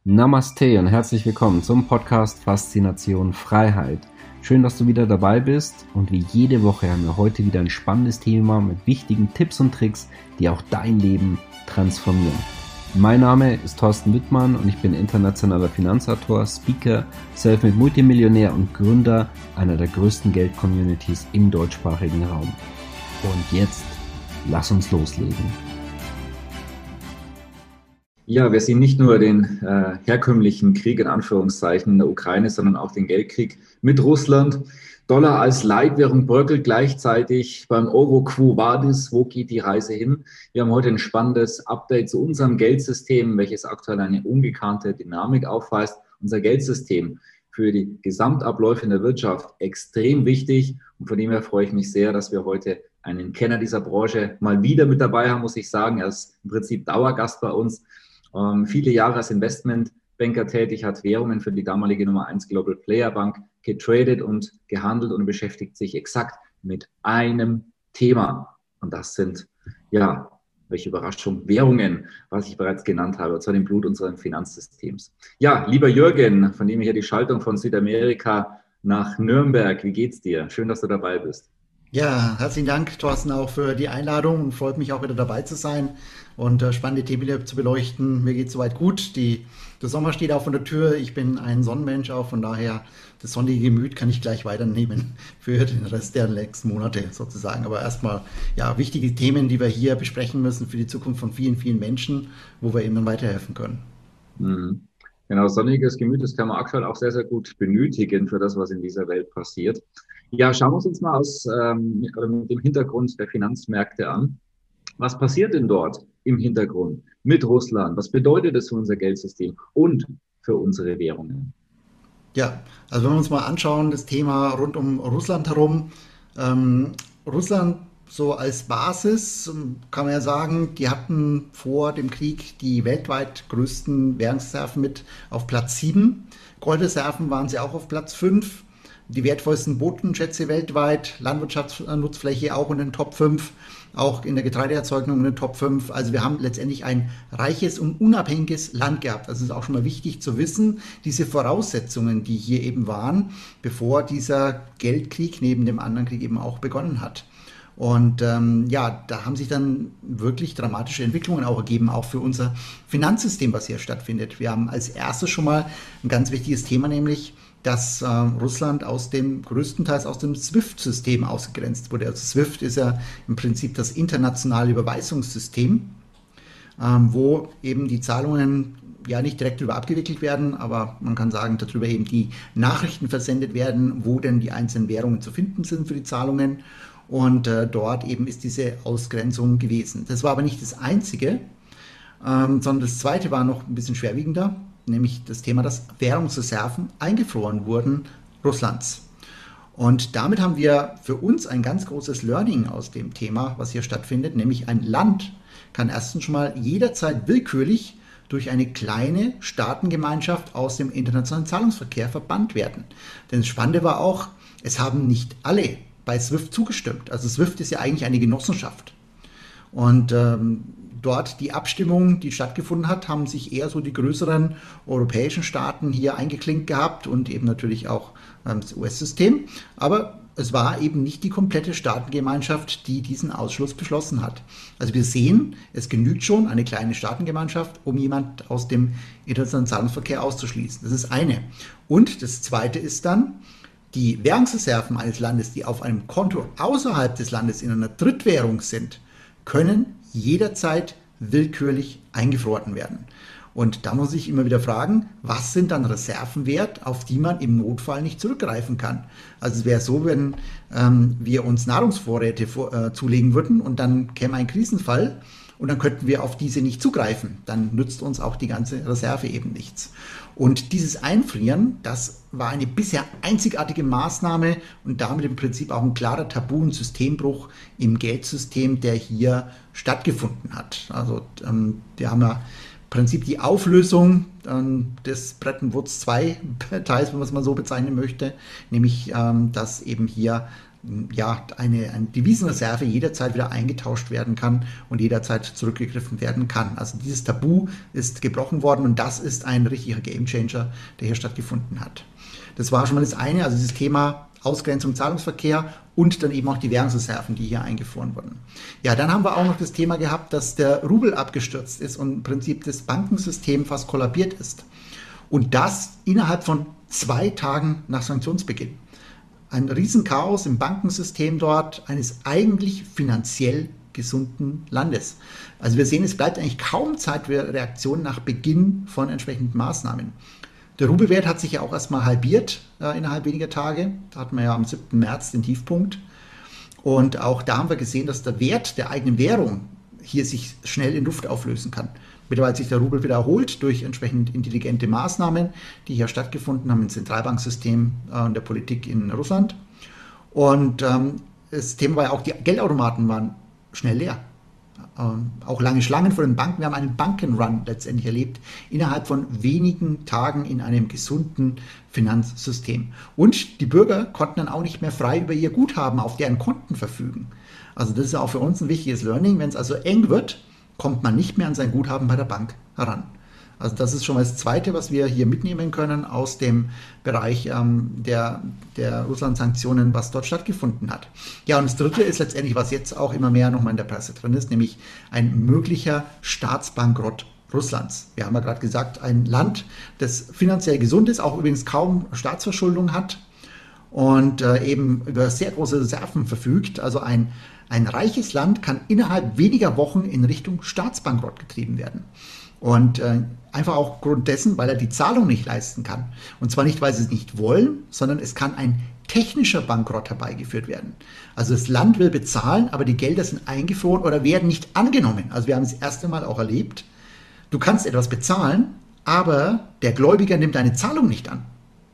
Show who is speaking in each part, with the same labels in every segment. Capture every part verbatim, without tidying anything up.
Speaker 1: Namaste und herzlich willkommen zum Podcast Faszination Freiheit. Schön, dass du wieder dabei bist und wie jede Woche haben wir heute wieder ein spannendes Thema mit wichtigen Tipps und Tricks, die auch dein Leben transformieren. Mein Name ist Thorsten Wittmann und ich bin internationaler Finanzautor, Speaker, Selfmade Multimillionär und Gründer einer der größten Geld-Communities im deutschsprachigen Raum. Und jetzt, lass uns loslegen.
Speaker 2: Ja, wir sehen nicht nur den äh, herkömmlichen Krieg in Anführungszeichen in der Ukraine, sondern auch den Geldkrieg mit Russland. Dollar als Leitwährung bröckelt gleichzeitig beim Euro. Quo vadis? Wo geht die Reise hin? Wir haben heute ein spannendes Update zu unserem Geldsystem, welches aktuell eine ungekannte Dynamik aufweist. Unser Geldsystem für die Gesamtabläufe in der Wirtschaft extrem wichtig. Und von dem her freue ich mich sehr, dass wir heute einen Kenner dieser Branche mal wieder mit dabei haben, muss ich sagen. Er ist im Prinzip Dauergast bei uns. Ähm, viele Jahre als Investmentbanker tätig, hat Währungen für die damalige Nummer eins Global Player Bank getradet und gehandelt und beschäftigt sich exakt mit einem Thema. Und das sind, ja, welche Überraschung, Währungen, was ich bereits genannt habe, und zwar dem Blut unseres Finanzsystems. Ja, lieber Jürgen, von dem hier die Schaltung von Südamerika nach Nürnberg, wie geht's dir? Schön, dass du dabei bist.
Speaker 3: Ja, herzlichen Dank, Thorsten, auch für die Einladung und freut mich auch wieder dabei zu sein und äh, spannende Themen zu beleuchten. Mir geht es soweit gut. Die, der Sommer steht auch vor der Tür. Ich bin ein Sonnenmensch auch, von daher das sonnige Gemüt kann ich gleich weiternehmen für den Rest der nächsten Monate sozusagen. Aber erstmal, ja, wichtige Themen, die wir hier besprechen müssen für die Zukunft von vielen, vielen Menschen, wo wir eben dann weiterhelfen können.
Speaker 2: Mhm. Genau, sonniges Gemüt, das kann man aktuell auch sehr, sehr gut benötigen für das, was in dieser Welt passiert. Ja, schauen wir uns mal aus ähm, mit dem Hintergrund der Finanzmärkte an. Was passiert denn dort im Hintergrund mit Russland? Was bedeutet das für unser Geldsystem und für unsere Währungen?
Speaker 3: Ja, also wenn wir uns mal anschauen, das Thema rund um Russland herum, ähm, Russland so als Basis kann man ja sagen, die hatten vor dem Krieg die weltweit größten Währungsreserven mit auf Platz sieben. Goldreserven waren sie auch auf Platz fünf. Die wertvollsten Bodenschätze weltweit, Landwirtschaftsnutzfläche auch in den Top fünf, auch in der Getreideerzeugung in den Top fünf. Also wir haben letztendlich ein reiches und unabhängiges Land gehabt. Das ist auch schon mal wichtig zu wissen, diese Voraussetzungen, die hier eben waren, bevor dieser Geldkrieg neben dem anderen Krieg eben auch begonnen hat. Und ähm, ja, da haben sich dann wirklich dramatische Entwicklungen auch ergeben, auch für unser Finanzsystem, was hier stattfindet. Wir haben als erstes schon mal ein ganz wichtiges Thema, nämlich dass äh, Russland aus dem größtenteils aus dem SWIFT-System ausgegrenzt wurde. Also SWIFT ist ja im Prinzip das internationale Überweisungssystem, ähm, wo eben die Zahlungen ja nicht direkt darüber abgewickelt werden, aber man kann sagen, darüber eben die Nachrichten versendet werden, wo denn die einzelnen Währungen zu finden sind für die Zahlungen. Und äh, dort eben ist diese Ausgrenzung gewesen. Das war aber nicht das Einzige, ähm, sondern das Zweite war noch ein bisschen schwerwiegender, nämlich das Thema, dass Währungsreserven eingefroren wurden Russlands. Und damit haben wir für uns ein ganz großes Learning aus dem Thema, was hier stattfindet, nämlich ein Land kann erstens schon mal jederzeit willkürlich durch eine kleine Staatengemeinschaft aus dem internationalen Zahlungsverkehr verbannt werden. Denn das Spannende war auch, es haben nicht alle bei SWIFT zugestimmt. Also SWIFT ist ja eigentlich eine Genossenschaft. Und ähm, dort die Abstimmung, die stattgefunden hat, haben sich eher so die größeren europäischen Staaten hier eingeklinkt gehabt und eben natürlich auch ähm, das U S-System. Aber es war eben nicht die komplette Staatengemeinschaft, die diesen Ausschluss beschlossen hat. Also wir sehen, es genügt schon eine kleine Staatengemeinschaft, um jemand aus dem internationalen Zahlungsverkehr auszuschließen. Das ist eine. Und das Zweite ist dann, die Währungsreserven eines Landes, die auf einem Konto außerhalb des Landes in einer Drittwährung sind, können jederzeit willkürlich eingefroren werden. Und da muss ich immer wieder fragen, was sind dann Reserven wert, auf die man im Notfall nicht zurückgreifen kann? Also es wäre so, wenn ähm, wir uns Nahrungsvorräte vor, äh, zulegen würden und dann käme ein Krisenfall und dann könnten wir auf diese nicht zugreifen. Dann nützt uns auch die ganze Reserve eben nichts. Und dieses Einfrieren, das war eine bisher einzigartige Maßnahme und damit im Prinzip auch ein klarer Tabu- und Systembruch im Geldsystem, der hier stattgefunden hat. Also ähm, wir haben ja im Prinzip die Auflösung ähm, des Bretton Woods zwei Teils, wenn man es mal so bezeichnen möchte, nämlich ähm, dass eben hier ja, eine, eine Devisenreserve jederzeit wieder eingetauscht werden kann und jederzeit zurückgegriffen werden kann. Also dieses Tabu ist gebrochen worden und das ist ein richtiger Gamechanger, der hier stattgefunden hat. Das war schon mal das eine, also dieses Thema Ausgrenzung, Zahlungsverkehr und dann eben auch die Währungsreserven, die hier eingefroren wurden. Ja, dann haben wir auch noch das Thema gehabt, dass der Rubel abgestürzt ist und im Prinzip das Bankensystem fast kollabiert ist. Und das innerhalb von zwei Tagen nach Sanktionsbeginn. Ein Riesenchaos im Bankensystem dort eines eigentlich finanziell gesunden Landes. Also wir sehen, es bleibt eigentlich kaum Zeit für Reaktionen nach Beginn von entsprechenden Maßnahmen. Der Rubelwert hat sich ja auch erstmal halbiert äh, innerhalb weniger Tage. Da hatten wir ja am siebten März den Tiefpunkt. Und auch da haben wir gesehen, dass der Wert der eigenen Währung hier sich schnell in Luft auflösen kann. Mittlerweile hat sich der Rubel wieder erholt durch entsprechend intelligente Maßnahmen, die hier stattgefunden haben im Zentralbanksystem und der Politik in Russland. Und ähm, das Thema war ja auch, die Geldautomaten waren schnell leer. Ähm, auch lange Schlangen vor den Banken. Wir haben einen Bankenrun letztendlich erlebt, innerhalb von wenigen Tagen in einem gesunden Finanzsystem. Und die Bürger konnten dann auch nicht mehr frei über ihr Guthaben auf deren Konten verfügen. Also das ist ja auch für uns ein wichtiges Learning. Wenn es also eng wird, kommt man nicht mehr an sein Guthaben bei der Bank heran. Also das ist schon mal das Zweite, was wir hier mitnehmen können aus dem Bereich ähm, der, der Russland-Sanktionen, was dort stattgefunden hat. Ja, und das Dritte ist letztendlich, was jetzt auch immer mehr nochmal in der Presse drin ist, nämlich ein möglicher Staatsbankrott Russlands. Wir haben ja gerade gesagt, ein Land, das finanziell gesund ist, auch übrigens kaum Staatsverschuldung hat und äh, eben über sehr große Reserven verfügt, also ein Ein reiches Land kann innerhalb weniger Wochen in Richtung Staatsbankrott getrieben werden. Und äh, einfach auch aufgrund dessen, weil er die Zahlung nicht leisten kann. Und zwar nicht, weil sie es nicht wollen, sondern es kann ein technischer Bankrott herbeigeführt werden. Also das Land will bezahlen, aber die Gelder sind eingefroren oder werden nicht angenommen. Also wir haben es das erste Mal auch erlebt. Du kannst etwas bezahlen, aber der Gläubiger nimmt deine Zahlung nicht an.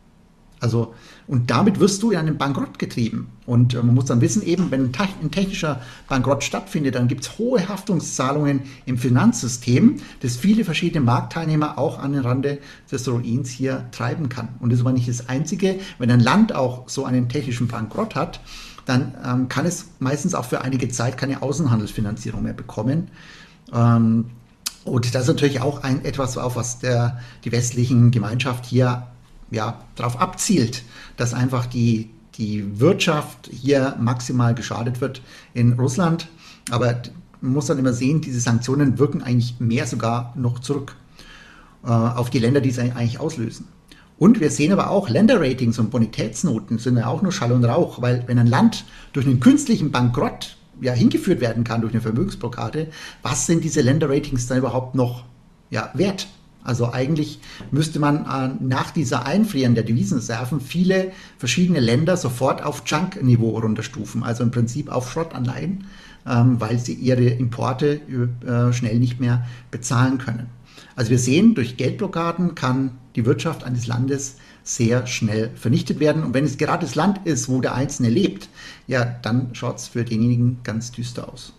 Speaker 3: Also, und damit wirst du in einen Bankrott getrieben. Und äh, man muss dann wissen, eben, wenn ein, ein technischer Bankrott stattfindet, dann gibt es hohe Haftungszahlungen im Finanzsystem, das viele verschiedene Marktteilnehmer auch an den Rande des Ruins hier treiben kann. Und das ist aber nicht das Einzige. Wenn ein Land auch so einen technischen Bankrott hat, dann ähm, kann es meistens auch für einige Zeit keine Außenhandelsfinanzierung mehr bekommen. Ähm, und das ist natürlich auch ein, etwas, auf was der, die westlichen Gemeinschaft hier ja, darauf abzielt, dass einfach die, die Wirtschaft hier maximal geschadet wird in Russland. Aber man muss dann immer sehen, diese Sanktionen wirken eigentlich mehr sogar noch zurück äh, auf die Länder, die sie eigentlich auslösen. Und wir sehen aber auch, Länderratings und Bonitätsnoten sind ja auch nur Schall und Rauch, weil wenn ein Land durch einen künstlichen Bankrott ja, hingeführt werden kann, durch eine Vermögensblockade, was sind diese Länderratings dann überhaupt noch ja, wert? Also eigentlich müsste man äh, nach dieser Einfrieren der Devisenreserven viele verschiedene Länder sofort auf Junk-Niveau runterstufen, also im Prinzip auf Schrottanleihen, ähm, weil sie ihre Importe äh, schnell nicht mehr bezahlen können. Also wir sehen, durch Geldblockaden kann die Wirtschaft eines Landes sehr schnell vernichtet werden. Und wenn es gerade das Land ist, wo der Einzelne lebt, ja, dann schaut es für denjenigen ganz düster aus.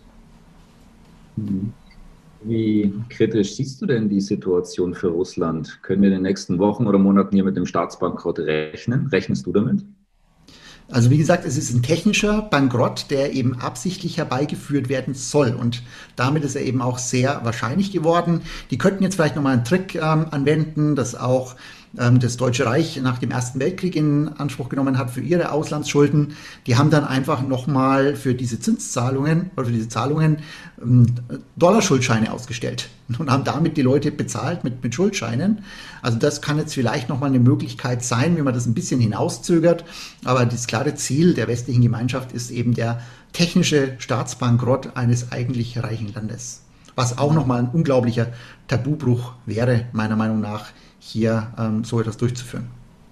Speaker 2: Mhm. Wie kritisch siehst du denn die Situation für Russland? Können wir in den nächsten Wochen oder Monaten hier mit dem Staatsbankrott rechnen? Rechnest du damit?
Speaker 3: Also wie gesagt, es ist ein technischer Bankrott, der eben absichtlich herbeigeführt werden soll. Und damit ist er eben auch sehr wahrscheinlich geworden. Die könnten jetzt vielleicht nochmal einen Trick ähm, anwenden, dass auch ähm, das Deutsche Reich nach dem Ersten Weltkrieg in Anspruch genommen hat für ihre Auslandsschulden. Die haben dann einfach nochmal für diese Zinszahlungen oder für diese Zahlungen ähm, Dollarschuldscheine ausgestellt und haben damit die Leute bezahlt mit, mit Schuldscheinen. Also das kann jetzt vielleicht nochmal eine Möglichkeit sein, wie man das ein bisschen hinauszögert. Aber das klare Ziel der westlichen Gemeinschaft ist eben der technische Staatsbankrott eines eigentlich reichen Landes. Was auch nochmal ein unglaublicher Tabubruch wäre, meiner Meinung nach, hier ähm, so etwas durchzuführen.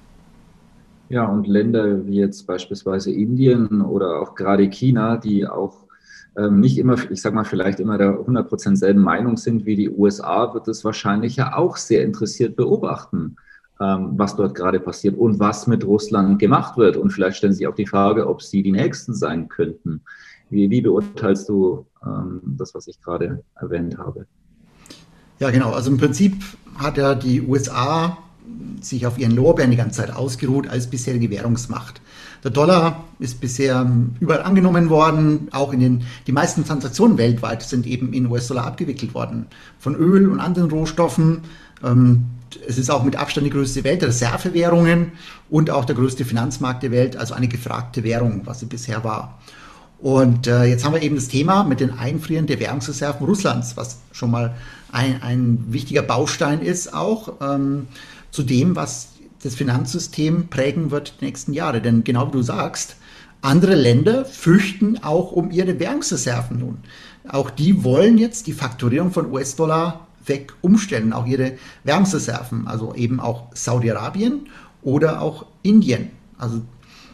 Speaker 2: Ja, und Länder wie jetzt beispielsweise Indien oder auch gerade China, die auch ähm, nicht immer, ich sag mal, vielleicht immer der hundert Prozent selben Meinung sind wie die U S A, wird es wahrscheinlich ja auch sehr interessiert beobachten, ähm, was dort gerade passiert und was mit Russland gemacht wird. Und vielleicht stellen sich auch die Frage, ob sie die Nächsten sein könnten. Wie, wie beurteilst du ähm, das, was ich gerade erwähnt habe?
Speaker 3: Ja, genau. Also im Prinzip hat ja die U S A sich auf ihren Lorbeeren die ganze Zeit ausgeruht als bisherige Währungsmacht. Der Dollar ist bisher überall angenommen worden, auch in den, die meisten Transaktionen weltweit sind eben in U S-Dollar abgewickelt worden. Von Öl und anderen Rohstoffen. Ähm, es ist auch mit Abstand die größte Welt der Reservewährungen und auch der größte Finanzmarkt der Welt, also eine gefragte Währung, was sie bisher war. Und äh, jetzt haben wir eben das Thema mit den Einfrieren der Währungsreserven Russlands, was schon mal ein, ein wichtiger Baustein ist, auch ähm, zu dem, was das Finanzsystem prägen wird die nächsten Jahre. Denn genau wie du sagst, andere Länder fürchten auch um ihre Währungsreserven nun. Auch die wollen jetzt die Fakturierung von U S-Dollar weg umstellen, auch ihre Währungsreserven, also eben auch Saudi-Arabien oder auch Indien. Also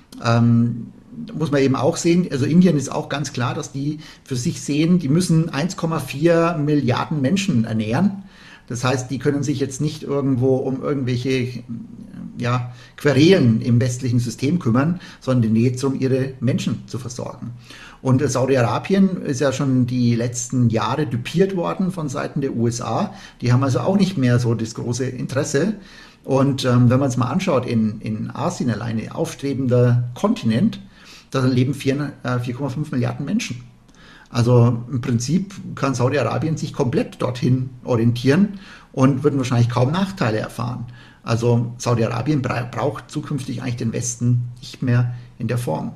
Speaker 3: ähm, muss man eben auch sehen, also Indien ist auch ganz klar, dass die für sich sehen, die müssen eins Komma vier Milliarden Menschen ernähren. Das heißt, die können sich jetzt nicht irgendwo um irgendwelche ja, Querelen im westlichen System kümmern, sondern denen geht es darum, ihre Menschen zu versorgen. Und Saudi-Arabien ist ja schon die letzten Jahre düpiert worden von Seiten der U S A. Die haben also auch nicht mehr so das große Interesse. Und ähm, wenn man es mal anschaut, in, in Asien alleine, aufstrebender Kontinent, da leben vier Komma fünf Milliarden Menschen. Also im Prinzip kann Saudi-Arabien sich komplett dorthin orientieren und würden wahrscheinlich kaum Nachteile erfahren. Also Saudi-Arabien braucht zukünftig eigentlich den Westen nicht mehr in der Form.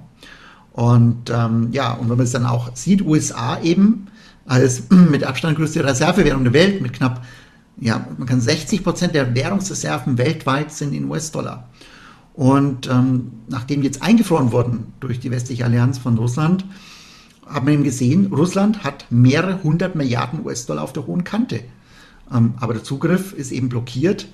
Speaker 3: Und ähm, ja, und wenn man es dann auch sieht, U S A eben als mit Abstand größte Reservewährung der Welt mit knapp, ja, man kann sechzig Prozent der Währungsreserven weltweit sind in U S-Dollar. Und ähm, nachdem die jetzt eingefroren wurden durch die westliche Allianz von Russland, hat man eben gesehen, Russland hat mehrere hundert Milliarden U S-Dollar auf der hohen Kante. Ähm, aber der Zugriff ist eben blockiert.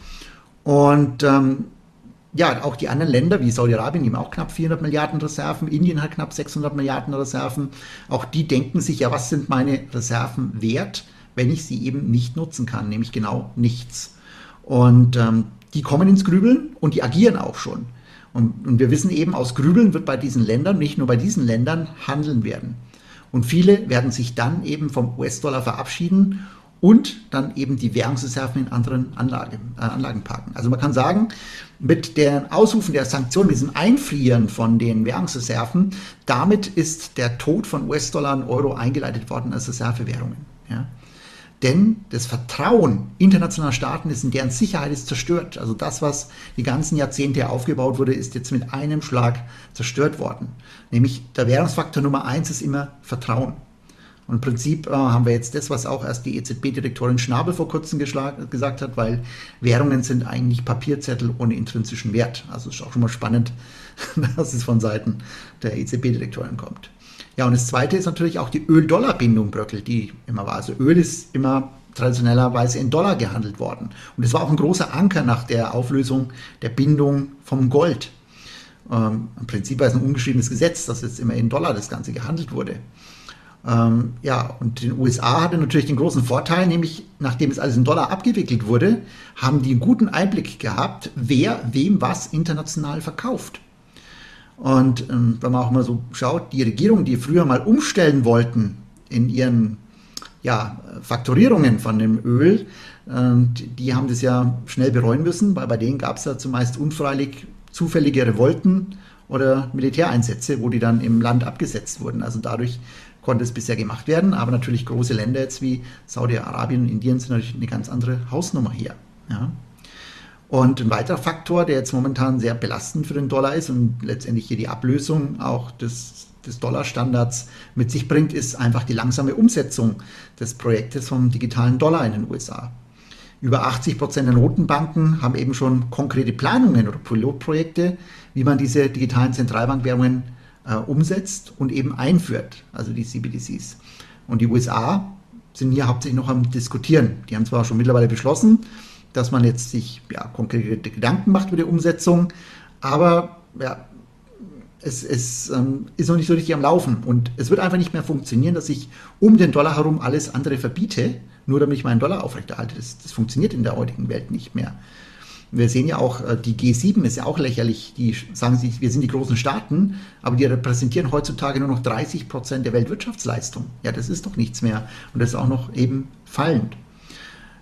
Speaker 3: Und ähm, ja, auch die anderen Länder wie Saudi-Arabien, die haben auch knapp vierhundert Milliarden Reserven, Indien hat knapp sechshundert Milliarden Reserven. Auch die denken sich, ja, was sind meine Reserven wert, wenn ich sie eben nicht nutzen kann, nämlich genau nichts. Und ähm, die kommen ins Grübeln und die agieren auch schon. Und, und wir wissen eben, aus Grübeln wird bei diesen Ländern, nicht nur bei diesen Ländern, handeln werden. Und viele werden sich dann eben vom U S-Dollar verabschieden und dann eben die Währungsreserven in anderen Anlage, äh, Anlagen parken. Also man kann sagen, mit der Ausrufen der Sanktionen, mit diesem Einfrieren von den Währungsreserven, damit ist der Tod von U S-Dollar und Euro eingeleitet worden als Reservewährungen. Ja? Denn das Vertrauen internationaler Staaten ist in deren Sicherheit ist zerstört. Also das, was die ganzen Jahrzehnte aufgebaut wurde, ist jetzt mit einem Schlag zerstört worden. Nämlich der Währungsfaktor Nummer eins ist immer Vertrauen. Und im Prinzip äh, haben wir jetzt das, was auch erst die E Z B-Direktorin Schnabel vor kurzem gesagt hat, weil Währungen sind eigentlich Papierzettel ohne intrinsischen Wert. Also ist auch schon mal spannend, dass es von Seiten der E Z B-Direktorin kommt. Ja, und das Zweite ist natürlich auch die Öl-Dollar-Bindung bröckelt, die immer war. Also Öl ist immer traditionellerweise in Dollar gehandelt worden. Und das war auch ein großer Anker nach der Auflösung der Bindung vom Gold. Ähm, Im Prinzip war es ein ungeschriebenes Gesetz, dass jetzt immer in Dollar das Ganze gehandelt wurde. Ähm, ja, und den U S A hatte natürlich den großen Vorteil, nämlich nachdem es alles in Dollar abgewickelt wurde, haben die einen guten Einblick gehabt, wer wem was international verkauft. Und ähm, wenn man auch mal so schaut, die Regierungen, die früher mal umstellen wollten in ihren ja, Faktorierungen von dem Öl, äh, die, die haben das ja schnell bereuen müssen, weil bei denen gab es ja zumeist unfreiwillig zufällige Revolten oder Militäreinsätze, wo die dann im Land abgesetzt wurden. Also dadurch konnte es bisher gemacht werden, aber natürlich große Länder jetzt wie Saudi-Arabien und Indien sind natürlich eine ganz andere Hausnummer hier. Ja. Und ein weiterer Faktor, der jetzt momentan sehr belastend für den Dollar ist und letztendlich hier die Ablösung auch des, des Dollarstandards mit sich bringt, ist einfach die langsame Umsetzung des Projektes vom digitalen Dollar in den U S A. Über achtzig Prozent der Notenbanken haben eben schon konkrete Planungen oder Pilotprojekte, wie man diese digitalen Zentralbankwährungen äh, umsetzt und eben einführt, also die C B D Cs. Und die U S A sind hier hauptsächlich noch am Diskutieren. Die haben zwar schon mittlerweile beschlossen, dass man jetzt sich ja, konkrete Gedanken macht über die Umsetzung, aber ja, es, es ähm, ist noch nicht so richtig am Laufen und es wird einfach nicht mehr funktionieren, dass ich um den Dollar herum alles andere verbiete, nur damit ich meinen Dollar aufrechterhalte. Das, das funktioniert in der heutigen Welt nicht mehr. Wir sehen ja auch, die G sieben ist ja auch lächerlich, die sagen sich, wir sind die großen Staaten, aber die repräsentieren heutzutage nur noch dreißig Prozent der Weltwirtschaftsleistung. Ja, das ist doch nichts mehr und das ist auch noch eben fallend.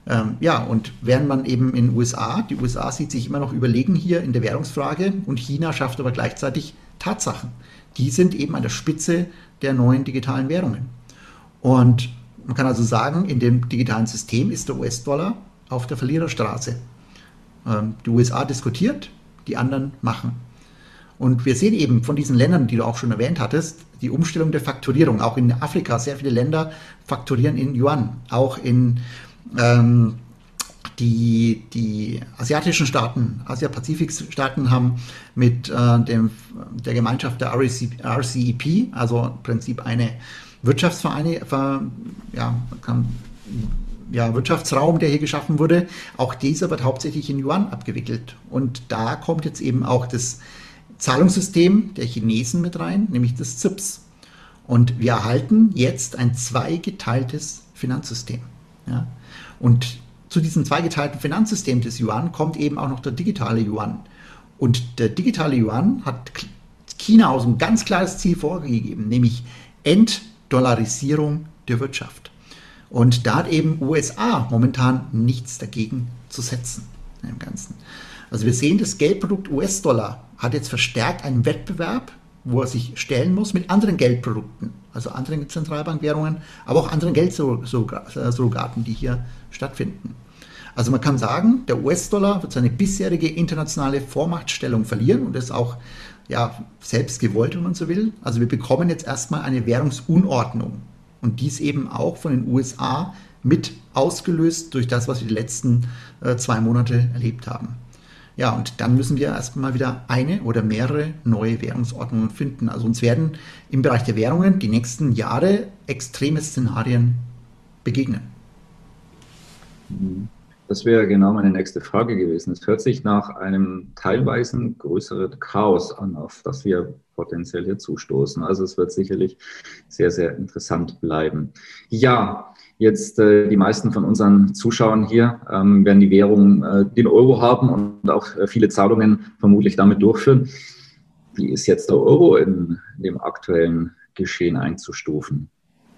Speaker 3: Ähm, ja, und während man eben in den U S A, die U S A sieht sich immer noch überlegen hier in der Währungsfrage und China schafft aber gleichzeitig Tatsachen. Die sind eben an der Spitze der neuen digitalen Währungen. Und man kann also sagen, in dem digitalen System ist der U S-Dollar auf der Verliererstraße. Ähm, die U S A diskutiert, die anderen machen. Und wir sehen eben von diesen Ländern, die du auch schon erwähnt hattest, die Umstellung der Fakturierung. Auch in Afrika, sehr viele Länder fakturieren in Yuan. Auch in ähm, die, die asiatischen Staaten, Asia-Pazifik-Staaten haben mit äh, dem, der Gemeinschaft der R C E P, also im Prinzip eine Wirtschaftsvereine, ja, kann, ja, Wirtschaftsraum, der hier geschaffen wurde, auch dieser wird hauptsächlich in Yuan abgewickelt. Und da kommt jetzt eben auch das Zahlungssystem der Chinesen mit rein, nämlich das C I P S. Und wir erhalten jetzt ein zweigeteiltes Finanzsystem. Ja? Und zu diesem zweigeteilten Finanzsystem des Yuan kommt eben auch noch der digitale Yuan. Und der digitale Yuan hat China aus ein ganz klares Ziel vorgegeben, nämlich Entdollarisierung der Wirtschaft. Und da hat eben U S A momentan nichts dagegen zu setzen im Ganzen. Also wir sehen, das Geldprodukt U S-Dollar hat jetzt verstärkt einen Wettbewerb, wo er sich stellen muss mit anderen Geldprodukten, also anderen Zentralbankwährungen, aber auch anderen Geldsurrogaten, die hier stattfinden. Also man kann sagen, der U S-Dollar wird seine bisherige internationale Vormachtstellung verlieren und das auch ja, selbst gewollt, wenn man so will. Also wir bekommen jetzt erstmal eine Währungsunordnung und dies eben auch von den U S A mit ausgelöst durch das, was wir die letzten äh, zwei Monate erlebt haben. Ja, und dann müssen wir erstmal wieder eine oder mehrere neue Währungsordnungen finden. Also uns werden im Bereich der Währungen die nächsten Jahre extreme Szenarien begegnen.
Speaker 2: Das wäre genau meine nächste Frage gewesen. Es hört sich nach einem teilweise größeren Chaos an, auf das wir potenziell hier zustoßen. Also es wird sicherlich sehr, sehr interessant bleiben. Ja, jetzt äh, die meisten von unseren Zuschauern hier ähm, werden die Währung, äh, den Euro haben und auch äh, viele Zahlungen vermutlich damit durchführen. Wie ist jetzt der Euro in dem aktuellen Geschehen einzustufen?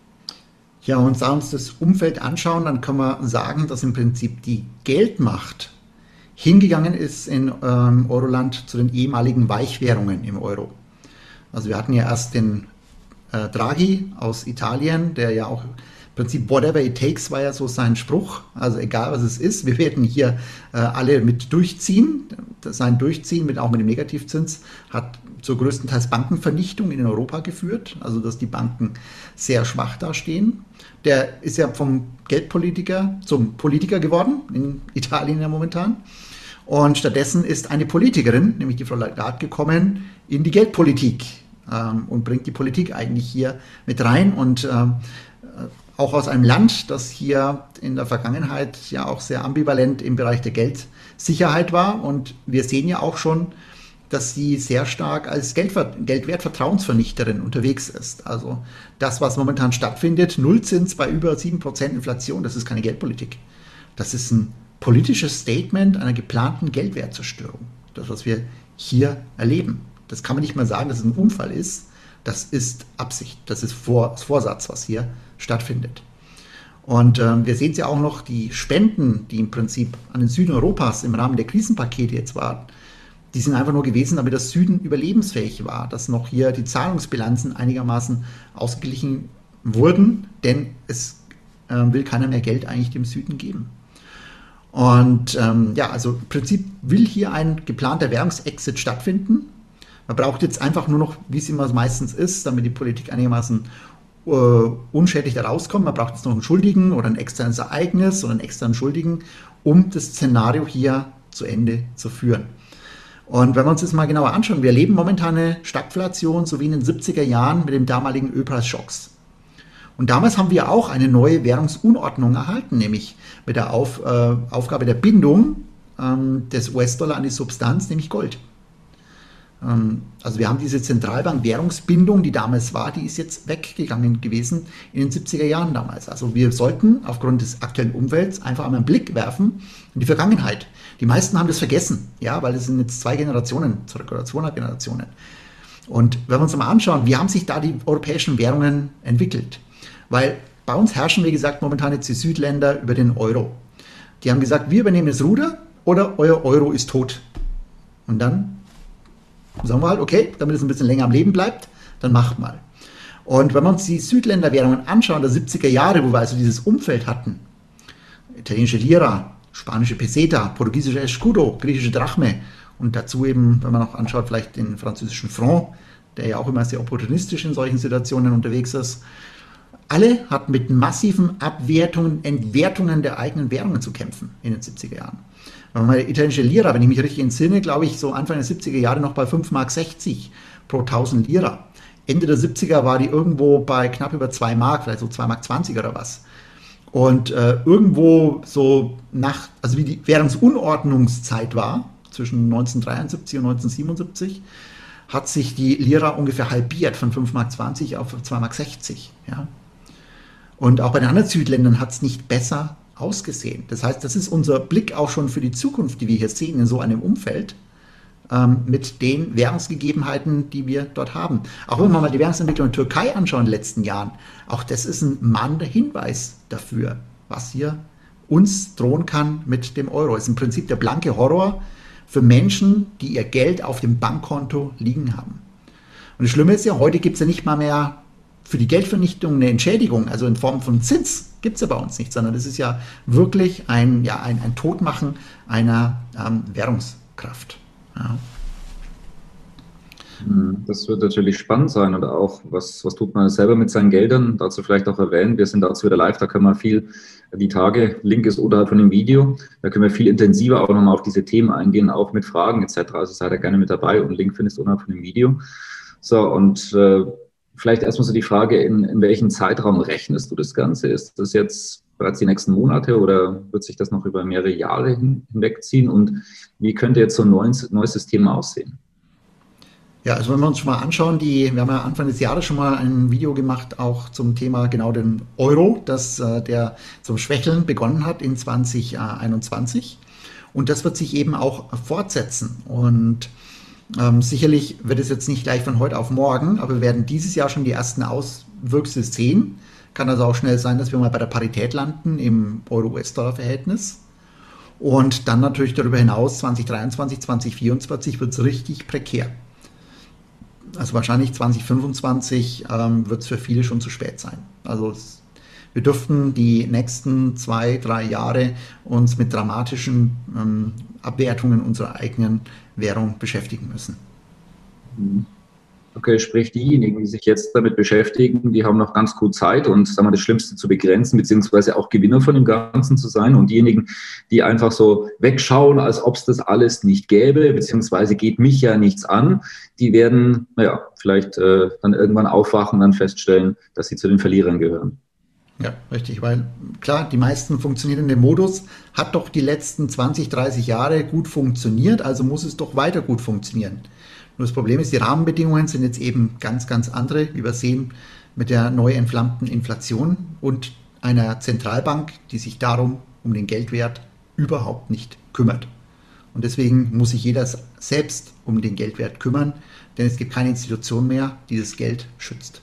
Speaker 3: Ja, und wenn wir uns das Umfeld anschauen, dann können wir sagen, dass im Prinzip die Geldmacht hingegangen ist in ähm, Euroland zu den ehemaligen Weichwährungen im Euro. Also wir hatten ja erst den äh, Draghi aus Italien, der ja auch im Prinzip whatever it takes war ja so sein Spruch. Also egal was es ist, wir werden hier äh, alle mit durchziehen. Sein Durchziehen mit, auch mit dem Negativzins hat zur größtenteils Bankenvernichtung in Europa geführt, also dass die Banken sehr schwach dastehen. Der ist ja vom Geldpolitiker zum Politiker geworden, in Italien ja momentan. Und stattdessen ist eine Politikerin, nämlich die Frau Lagarde, gekommen in die Geldpolitik ähm, und bringt die Politik eigentlich hier mit rein. Und ähm, auch aus einem Land, das hier in der Vergangenheit ja auch sehr ambivalent im Bereich der Geldsicherheit war. Und wir sehen ja auch schon, dass sie sehr stark als Geldver- Geldwertvertrauensvernichterin unterwegs ist. Also das, was momentan stattfindet, Nullzins bei über sieben Prozent Inflation, das ist keine Geldpolitik. Das ist ein politisches Statement einer geplanten Geldwertzerstörung. Das, was wir hier erleben. Das kann man nicht mal sagen, dass es ein Unfall ist. Das ist Absicht, das ist Vor- Vorsatz, was hier stattfindet. Und ähm, wir sehen es ja auch noch, die Spenden, die im Prinzip an den Süden Europas im Rahmen der Krisenpakete jetzt waren, die sind einfach nur gewesen, damit das Süden überlebensfähig war, dass noch hier die Zahlungsbilanzen einigermaßen ausgeglichen wurden, denn es äh, will keiner mehr Geld eigentlich dem Süden geben. Und ähm, ja, also im Prinzip will hier ein geplanter Währungsexit stattfinden. Man braucht jetzt einfach nur noch, wie es immer meistens ist, damit die Politik einigermaßen äh, unschädlich da rauskommt. Man braucht jetzt noch einen Schuldigen oder ein externes Ereignis oder einen externen Schuldigen, um das Szenario hier zu Ende zu führen. Und wenn wir uns das mal genauer anschauen, wir erleben momentan eine Stagflation, so wie in den siebziger Jahren mit den damaligen Ölpreisschocks. Und damals haben wir auch eine neue Währungsunordnung erhalten, nämlich mit der Auf, äh, Aufgabe der Bindung ähm, des U S-Dollar an die Substanz, nämlich Gold. Ähm, also wir haben diese Zentralbank-Währungsbindung, die damals war, die ist jetzt weggegangen gewesen in den siebziger Jahren damals. Also wir sollten aufgrund des aktuellen Umfelds einfach einmal einen Blick werfen in die Vergangenheit. Die meisten haben das vergessen, ja, weil es sind jetzt zwei Generationen zurück oder zweieinhalb Generationen. Und wenn wir uns mal anschauen, wie haben sich da die europäischen Währungen entwickelt? Weil bei uns herrschen, wie gesagt, momentan jetzt die Südländer über den Euro. Die haben gesagt, wir übernehmen das Ruder oder euer Euro ist tot. Und dann sagen wir halt, okay, damit es ein bisschen länger am Leben bleibt, dann macht mal. Und wenn wir uns die Südländerwährungen anschauen, der siebziger Jahre, wo wir also dieses Umfeld hatten, italienische Lira, spanische Peseta, portugiesische Escudo, griechische Drachme und dazu eben, wenn man noch anschaut, vielleicht den französischen Franc, der ja auch immer sehr opportunistisch in solchen Situationen unterwegs ist. Alle hatten mit massiven Abwertungen, Entwertungen der eigenen Währungen zu kämpfen in den siebziger Jahren. Wenn man mal die italienische Lira, wenn ich mich richtig entsinne, glaube ich, so Anfang der siebziger Jahre noch bei fünf Mark sechzig pro tausend Lira. Ende der siebziger war die irgendwo bei knapp über zwei Mark, vielleicht so zwei Mark zwanzig oder was. Und äh, irgendwo so nach, also wie die Währungsunordnungszeit war, zwischen neunzehnhundertdreiundsiebzig und neunzehnhundertsiebenundsiebzig, hat sich die Lira ungefähr halbiert, von fünf Mark zwanzig auf zwei Mark sechzig. Ja. Und auch bei den anderen Südländern hat es nicht besser ausgesehen. Das heißt, das ist unser Blick auch schon für die Zukunft, die wir hier sehen in so einem Umfeld, ähm, mit den Währungsgegebenheiten, die wir dort haben. Auch wenn wir mal die Währungsentwicklung in der Türkei anschauen in den letzten Jahren, auch das ist ein mahnender Hinweis dafür, was hier uns drohen kann mit dem Euro. Es ist im Prinzip der blanke Horror für Menschen, die ihr Geld auf dem Bankkonto liegen haben. Und das Schlimme ist ja, heute gibt es ja nicht mal mehr für die Geldvernichtung eine Entschädigung, also in Form von Zins, gibt es ja bei uns nicht, sondern das ist ja wirklich ein, ja, ein, ein Totmachen einer ähm, Währungskraft. Ja.
Speaker 2: Das wird natürlich spannend sein und auch, was, was tut man selber mit seinen Geldern, dazu vielleicht auch erwähnen, wir sind dazu wieder live, da können wir viel, die Tage, Link ist unterhalb von dem Video, da können wir viel intensiver auch nochmal auf diese Themen eingehen, auch mit Fragen et cetera, also seid ihr gerne mit dabei und Link findest du unterhalb von dem Video. So, und äh, vielleicht erstmal so die Frage, in, in welchem Zeitraum rechnest du das Ganze? Ist das jetzt bereits die nächsten Monate oder wird sich das noch über mehrere Jahre hin, hinwegziehen? Und wie könnte jetzt so ein neues, neues System aussehen?
Speaker 3: Ja, also wenn wir uns schon mal anschauen, die, wir haben ja Anfang des Jahres schon mal ein Video gemacht, auch zum Thema genau den Euro, dass äh, der zum Schwächeln begonnen hat in zwanzig einundzwanzig. Und das wird sich eben auch fortsetzen. Und Ähm, sicherlich wird es jetzt nicht gleich von heute auf morgen, aber wir werden dieses Jahr schon die ersten Auswüchse sehen. Kann also auch schnell sein, dass wir mal bei der Parität landen im Euro-U S-Dollar-Verhältnis. Und dann natürlich darüber hinaus zwanzig dreiundzwanzig, zwanzig vierundzwanzig wird es richtig prekär. Also wahrscheinlich zwanzig fünfundzwanzig ähm, wird es für viele schon zu spät sein. Also es, wir dürften die nächsten zwei, drei Jahre uns mit dramatischen ähm, Abwertungen unserer eigenen Währung beschäftigen müssen.
Speaker 2: Okay, sprich diejenigen, die sich jetzt damit beschäftigen, die haben noch ganz gut Zeit und sagen wir, das Schlimmste zu begrenzen, beziehungsweise auch Gewinner von dem Ganzen zu sein. Und diejenigen, die einfach so wegschauen, als ob es das alles nicht gäbe, beziehungsweise geht mich ja nichts an, die werden, naja, vielleicht äh, dann irgendwann aufwachen und dann feststellen, dass sie zu den Verlierern gehören.
Speaker 3: Ja, richtig, weil klar, die meisten funktionieren in dem Modus, hat doch die letzten zwanzig, dreißig Jahre gut funktioniert, also muss es doch weiter gut funktionieren. Nur das Problem ist, die Rahmenbedingungen sind jetzt eben ganz, ganz andere, wie wir sehen, mit der neu entflammten Inflation und einer Zentralbank, die sich darum, um den Geldwert, überhaupt nicht kümmert. Und deswegen muss sich jeder selbst um den Geldwert kümmern, denn es gibt keine Institution mehr, die das Geld schützt.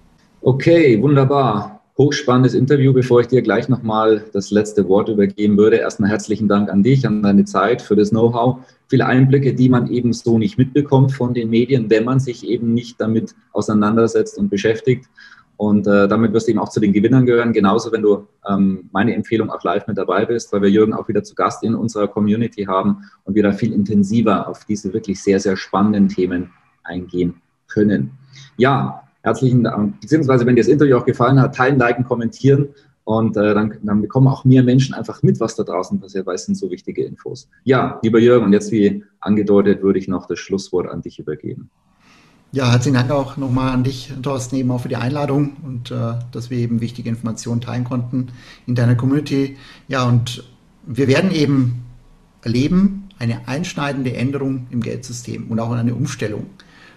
Speaker 2: Okay, wunderbar. Hochspannendes Interview. Bevor ich dir gleich nochmal das letzte Wort übergeben würde, erstmal herzlichen Dank an dich, an deine Zeit, für das Know-how. Viele Einblicke, die man eben so nicht mitbekommt von den Medien, wenn man sich eben nicht damit auseinandersetzt und beschäftigt. Und äh, damit wirst du eben auch zu den Gewinnern gehören. Genauso, wenn du ähm, meine Empfehlung auch live mit dabei bist, weil wir Jürgen auch wieder zu Gast in unserer Community haben und wir da viel intensiver auf diese wirklich sehr, sehr spannenden Themen eingehen können. Ja, herzlichen Dank. Beziehungsweise, wenn dir das Interview auch gefallen hat, teilen, liken, kommentieren und äh, dann, dann bekommen auch mehr Menschen einfach mit, was da draußen passiert, weil es sind so wichtige Infos. Ja, lieber Jürgen, und jetzt wie angedeutet, würde ich noch das Schlusswort an dich übergeben.
Speaker 3: Ja, herzlichen Dank auch nochmal an dich, Thorsten, eben auch für die Einladung und äh, dass wir eben wichtige Informationen teilen konnten in deiner Community. Ja, und wir werden eben erleben eine einschneidende Änderung im Geldsystem und auch eine Umstellung.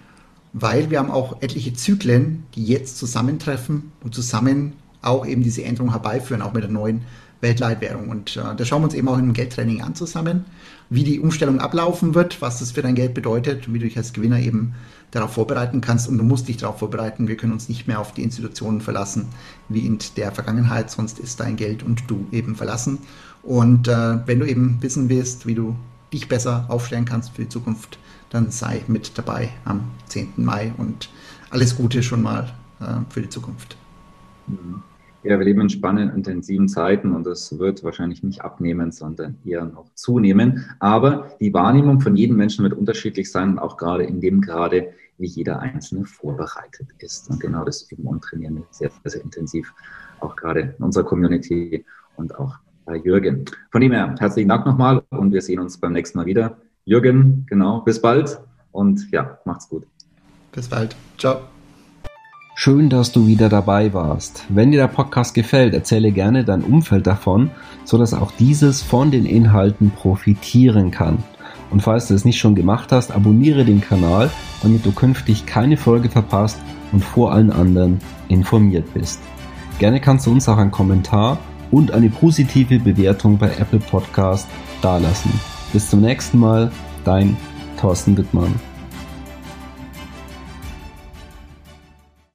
Speaker 3: Weil wir haben auch etliche Zyklen, die jetzt zusammentreffen und zusammen auch eben diese Änderung herbeiführen, auch mit der neuen Weltleitwährung. Und äh, das schauen wir uns eben auch im Geldtraining an zusammen, wie die Umstellung ablaufen wird, was das für dein Geld bedeutet, wie du dich als Gewinner eben darauf vorbereiten kannst. Und du musst dich darauf vorbereiten. Wir können uns nicht mehr auf die Institutionen verlassen, wie in der Vergangenheit, sonst ist dein Geld und du eben verlassen. Und äh, wenn du eben wissen willst, wie du dich besser aufstellen kannst für die Zukunft, dann sei mit dabei am zehnten Mai und alles Gute schon mal äh, für die Zukunft.
Speaker 2: Ja, wir leben in spannenden, intensiven Zeiten und das wird wahrscheinlich nicht abnehmen, sondern eher noch zunehmen. Aber die Wahrnehmung von jedem Menschen wird unterschiedlich sein, auch gerade in dem Grade, wie jeder Einzelne vorbereitet ist. Und genau das üben und trainieren wir sehr, sehr intensiv, auch gerade in unserer Community und auch bei Jürgen. Von dem her, herzlichen Dank nochmal und wir sehen uns beim nächsten Mal wieder. Jürgen, genau, bis bald und ja, macht's gut.
Speaker 3: Bis bald. Ciao.
Speaker 1: Schön, dass du wieder dabei warst. Wenn dir der Podcast gefällt, erzähle gerne dein Umfeld davon, sodass auch dieses von den Inhalten profitieren kann. Und falls du es nicht schon gemacht hast, abonniere den Kanal, damit du künftig keine Folge verpasst und vor allen anderen informiert bist. Gerne kannst du uns auch einen Kommentar und eine positive Bewertung bei Apple Podcast dalassen. Bis zum nächsten Mal, dein Thorsten Wittmann.